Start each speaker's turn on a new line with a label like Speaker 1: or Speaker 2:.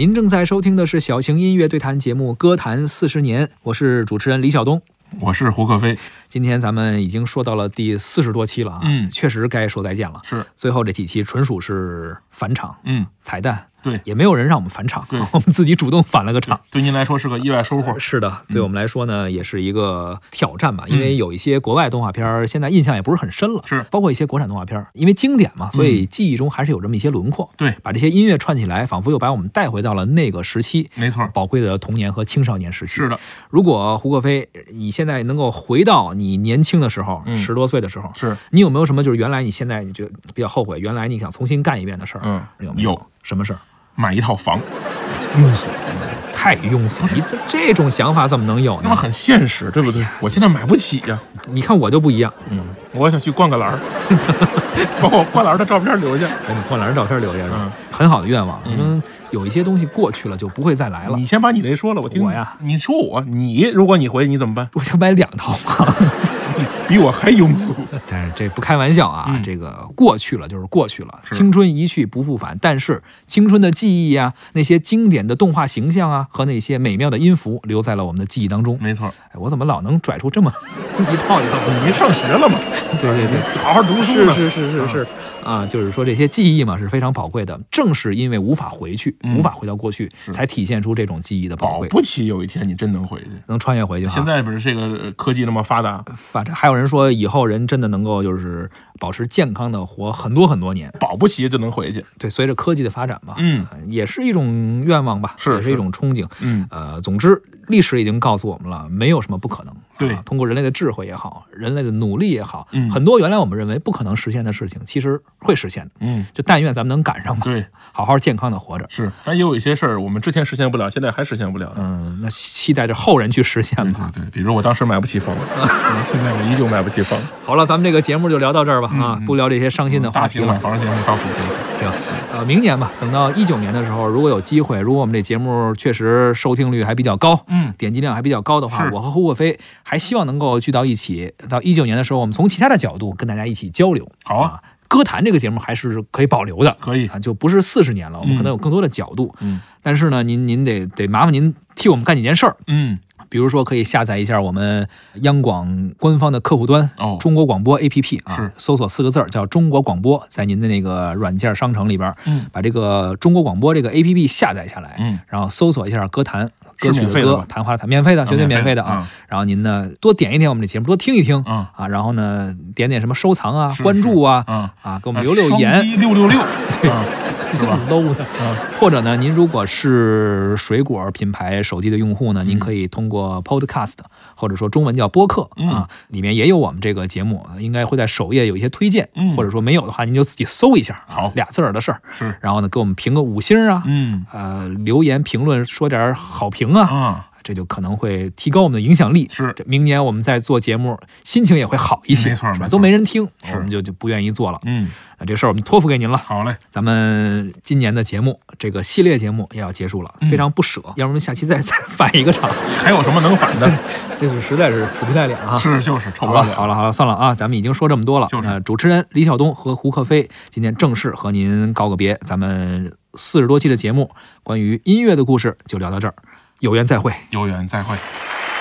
Speaker 1: 您正在收听的是小型音乐对谈节目《歌坛40年》，我是主持人李晓东，
Speaker 2: 我是胡克飞。
Speaker 1: 今天咱们已经说到了第40多期了啊，确实该说再见了。
Speaker 2: 是，
Speaker 1: 最后这几期纯属是返场，彩蛋。
Speaker 2: 对，
Speaker 1: 也没有人让我们返场，我们自己主动返了个场。
Speaker 2: 对您来说是个意外收获。
Speaker 1: 是的，对我们来说呢，也是一个挑战吧。因为有一些国外动画片现在印象也不是很深了，
Speaker 2: 是
Speaker 1: 包括一些国产动画片，因为经典嘛，所以记忆中还是有这么一些轮廓。
Speaker 2: 对，
Speaker 1: 把这些音乐串起来，仿佛又把我们带回到了那个时期。
Speaker 2: 没错，
Speaker 1: 宝贵的童年和青少年时期。
Speaker 2: 是的，
Speaker 1: 如果胡克飞，你现在能够回到你年轻的时候，10多岁的时候，
Speaker 2: 是
Speaker 1: 你有没有什么就是原来你现在你觉得比较后悔，原来你想重新干一遍的事儿？有没有？
Speaker 2: 有
Speaker 1: 什么事儿？
Speaker 2: 买一套房。
Speaker 1: 庸俗，太庸俗！你这种想法怎么能有呢？
Speaker 2: 那么很现实，对不对？我现在买不起呀。
Speaker 1: 你看我就不一样，
Speaker 2: 我想去灌个篮，把我灌篮的照片留下。
Speaker 1: 把你灌篮的照片留下是吧？很好的愿望。有一些东西过去了就不会再来了。
Speaker 2: 你先把你那说了，我听。
Speaker 1: 我呀，
Speaker 2: 你说如果你回你怎么办？
Speaker 1: 我想买2套房。
Speaker 2: 比我还庸俗。
Speaker 1: 但是这不开玩笑啊，这个过去了就是过去了，青春一去不复返。但是青春的记忆啊，那些经典的动画形象啊，和那些美妙的音符留在了我们的记忆当中。
Speaker 2: 没错，
Speaker 1: 我怎么老能拽出这么一套？
Speaker 2: 你上学了嘛？
Speaker 1: 对，
Speaker 2: 好好读书呢。
Speaker 1: 是啊，就是说这些记忆嘛是非常宝贵的，正是因为无法回去，无法回到过去，才体现出这种记忆的宝贵。
Speaker 2: 保不齐有一天你真能回去，
Speaker 1: 能穿越回去。
Speaker 2: 现在不是这个科技那么发达，
Speaker 1: 还有人说以后人真的能够就是保持健康的活很多很多年，
Speaker 2: 保不齐就能回去。
Speaker 1: 对，随着科技的发展吧，也是一种愿望吧，也是一种憧憬。总之，历史已经告诉我们了，没有什么不可能。
Speaker 2: 对，
Speaker 1: 通过人类的智慧也好，人类的努力也好，很多原来我们认为不可能实现的事情，其实会实现的。就但愿咱们能赶上吧。
Speaker 2: 对，
Speaker 1: 好好健康的活着。
Speaker 2: 是，但也有一些事儿我们之前实现不了，现在还实现不了。
Speaker 1: 那期待着后人去实现吧。
Speaker 2: 对，比如我当时买不起房，现在我依旧买不起房。
Speaker 1: 好了，咱们这个节目就聊到这儿吧。不聊这些伤心的话题了。
Speaker 2: 大型买房节目到此结束。
Speaker 1: 行，明年吧，等到19年的时候，如果有机会，如果我们这节目确实收听率还比较高，点击量还比较高的话，我和胡克飞还希望能够聚到一起。到19年的时候，我们从其他的角度跟大家一起交流。
Speaker 2: 好啊。
Speaker 1: 歌坛这个节目还是可以保留的，
Speaker 2: 可以
Speaker 1: 啊，就不是40年了，我们可能有更多的角度。但是呢，您得麻烦您替我们干几件事儿。比如说可以下载一下我们央广官方的客户端，中国广播 APP 啊，搜索4个字叫中国广播，在您的那个软件商城里边，把这个中国广播这个 APP 下载下来，然后搜索一下歌坛。歌曲的歌，谈话谈，免费的，绝对免费的啊！然后您呢，多点一点我们这节目，多听一听啊！然后呢，点点什么收藏啊、关注啊，给我们留言。
Speaker 2: 双击666，
Speaker 1: 对，这么 low 的。或者呢，您如果是水果品牌手机的用户呢，您可以通过 Podcast 或者说中文叫播客啊，里面也有我们这个节目，应该会在首页有一些推荐，或者说没有的话，您就自己搜一下。
Speaker 2: 好
Speaker 1: ，2字的事儿。
Speaker 2: 是，
Speaker 1: 然后呢，给我们评个5星啊，留言评论说点好评啊，这就可能会提高我们的影响力。
Speaker 2: 是，
Speaker 1: 明年我们再做节目，心情也会好一些。
Speaker 2: 没错，
Speaker 1: 都没人听，我们就不愿意做了。那这事儿我们托付给您了。
Speaker 2: 好嘞，
Speaker 1: 咱们今年的节目这个系列节目也要结束了，非常不舍。要不我们下期再返一个场？
Speaker 2: 还有什么能返的？
Speaker 1: 这是实在是死皮赖脸啊！
Speaker 2: 就是臭不要脸。
Speaker 1: 好了，算了啊，咱们已经说这么多了。主持人李晓东和胡克飞今天正式和您告个别，咱们40多期的节目，关于音乐的故事就聊到这儿。有缘再会。
Speaker 2: 有缘再会。